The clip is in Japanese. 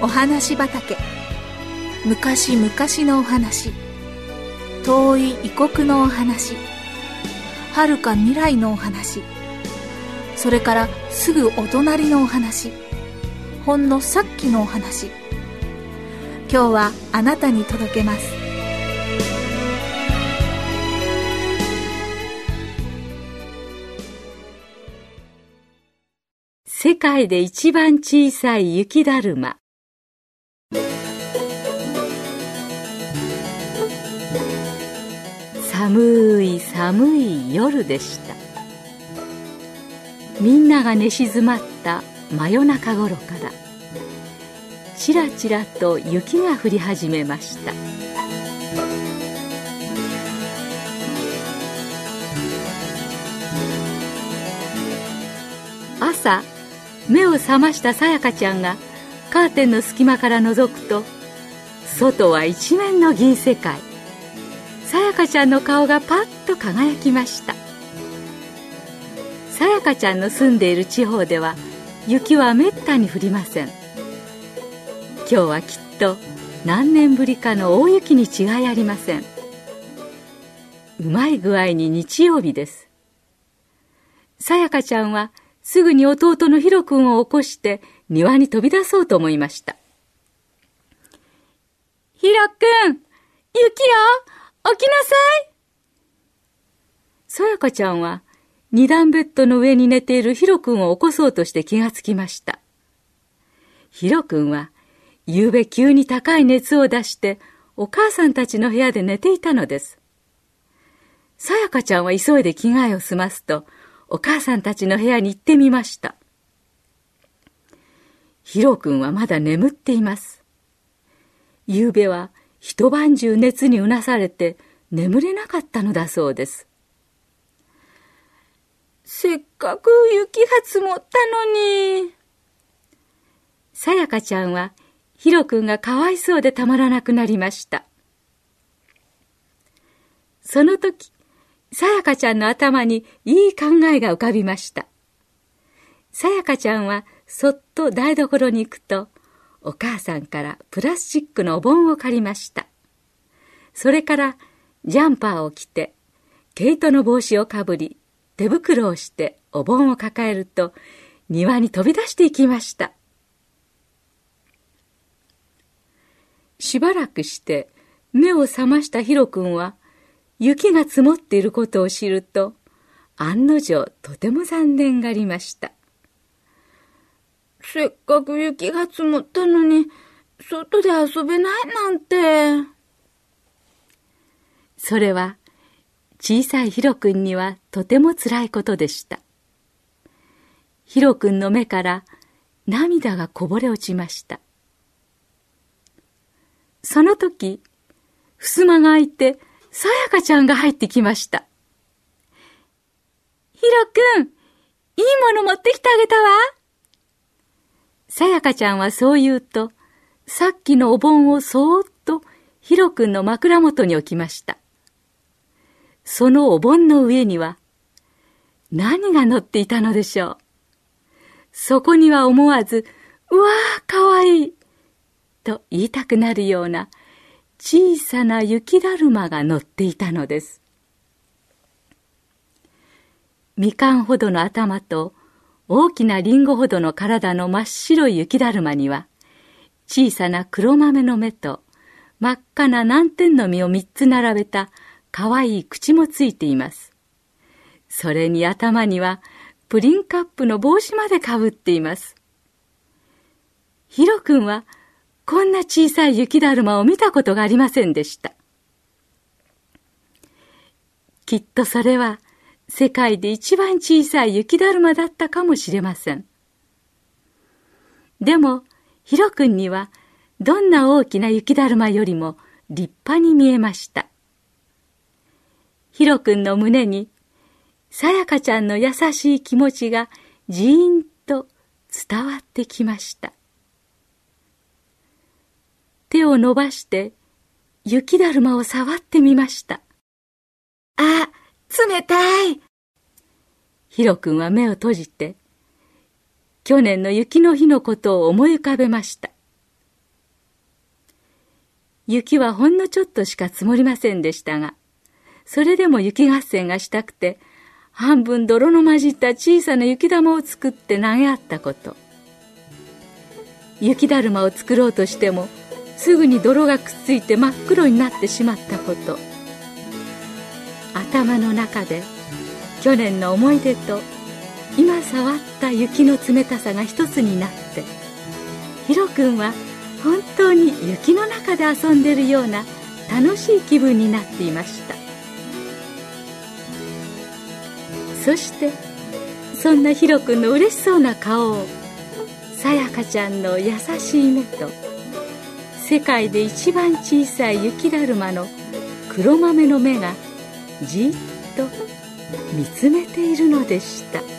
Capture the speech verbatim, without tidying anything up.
お話畑。昔々のお話、遠い異国のお話、遥か未来のお話、それからすぐお隣のお話、ほんのさっきのお話。今日はあなたに届けます。 世界で一番小さい雪だるま。寒い寒い夜でした。みんなが寝静まった真夜中頃からちらちらと雪が降り始めました。朝、目を覚ましたさやかちゃんがカーテンの隙間から覗くと、外は一面の銀世界。さやかちゃんの顔がパッと輝きました。さやかちゃんの住んでいる地方では雪はめったに降りません。今日はきっと何年ぶりかの大雪に違いありません。うまい具合に日曜日です。さやかちゃんはすぐに弟のひろくんを起こして庭に飛び出そうと思いました。ひろくん、雪よ、起きなさい。さやかちゃんは二段ベッドの上に寝ているひろくんを起こそうとして気がつきました。ひろくんはゆうべ急に高い熱を出してお母さんたちの部屋で寝ていたのです。さやかちゃんは急いで着替えを済ますとお母さんたちの部屋に行ってみました。ひろくんはまだ眠っています。ゆうべは一晩中熱にうなされて眠れなかったのだそうです。せっかく雪が積もったのに。さやかちゃんはひろくんがかわいそうでたまらなくなりました。その時、さやかちゃんの頭にいい考えが浮かびました。さやかちゃんはそっと台所に行くと、お母さんからプラスチックのお盆を借りました。それからジャンパーを着て、毛糸の帽子をかぶり、手袋をしてお盆を抱えると、庭に飛び出していきました。しばらくして目を覚ましたひろくんは、雪が積もっていることを知ると、案の定とても残念がりました。せっかく雪が積もったのに、外で遊べないなんて。それは、小さいひろくんにはとてもつらいことでした。ひろくんの目から涙がこぼれ落ちました。その時、襖が開いて、さやかちゃんが入ってきました。ひろくん、いいもの持ってきてあげたわ。さやかちゃんはそう言うと、さっきのお盆をそーっとひろくんの枕元に置きました。そのお盆の上には、何が乗っていたのでしょう。そこには思わず、うわー、かわいい、と言いたくなるような、小さな雪だるまが乗っていたのです。みかんほどの頭と大きなりんごほどの体の真っ白い雪だるまには、小さな黒豆の目と真っ赤な南天の実を三つ並べたかわいい口もついています。それに頭にはプリンカップの帽子までかぶっています。ひろくんはこんな小さい雪だるまを見たことがありませんでした。きっとそれは世界で一番小さい雪だるまだったかもしれません。でもひろくんにはどんな大きな雪だるまよりも立派に見えました。ひろくんの胸にさやかちゃんの優しい気持ちがじーんと伝わってきました。手を伸ばして雪だるまを触ってみました。あ、冷たい。ひろくんは目を閉じて、去年の雪の日のことを思い浮かべました。 雪はほんのちょっとしか積もりませんでしたが、それでも雪合戦がしたくて、半分泥の混じった小さな雪玉を作って投げ合ったこと。雪だるまを作ろうとしても、すぐに泥がくっついて真っ黒になってしまったこと。頭の中で去年の思い出と今触った雪の冷たさが一つになって、ヒロ君は本当に雪の中で遊んでいるような楽しい気分になっていました。そしてそんなヒロ君の嬉しそうな顔を、さやかちゃんの優しい目と、世界で一番小さい雪だるまの黒豆の目がじっと見つめているのでした。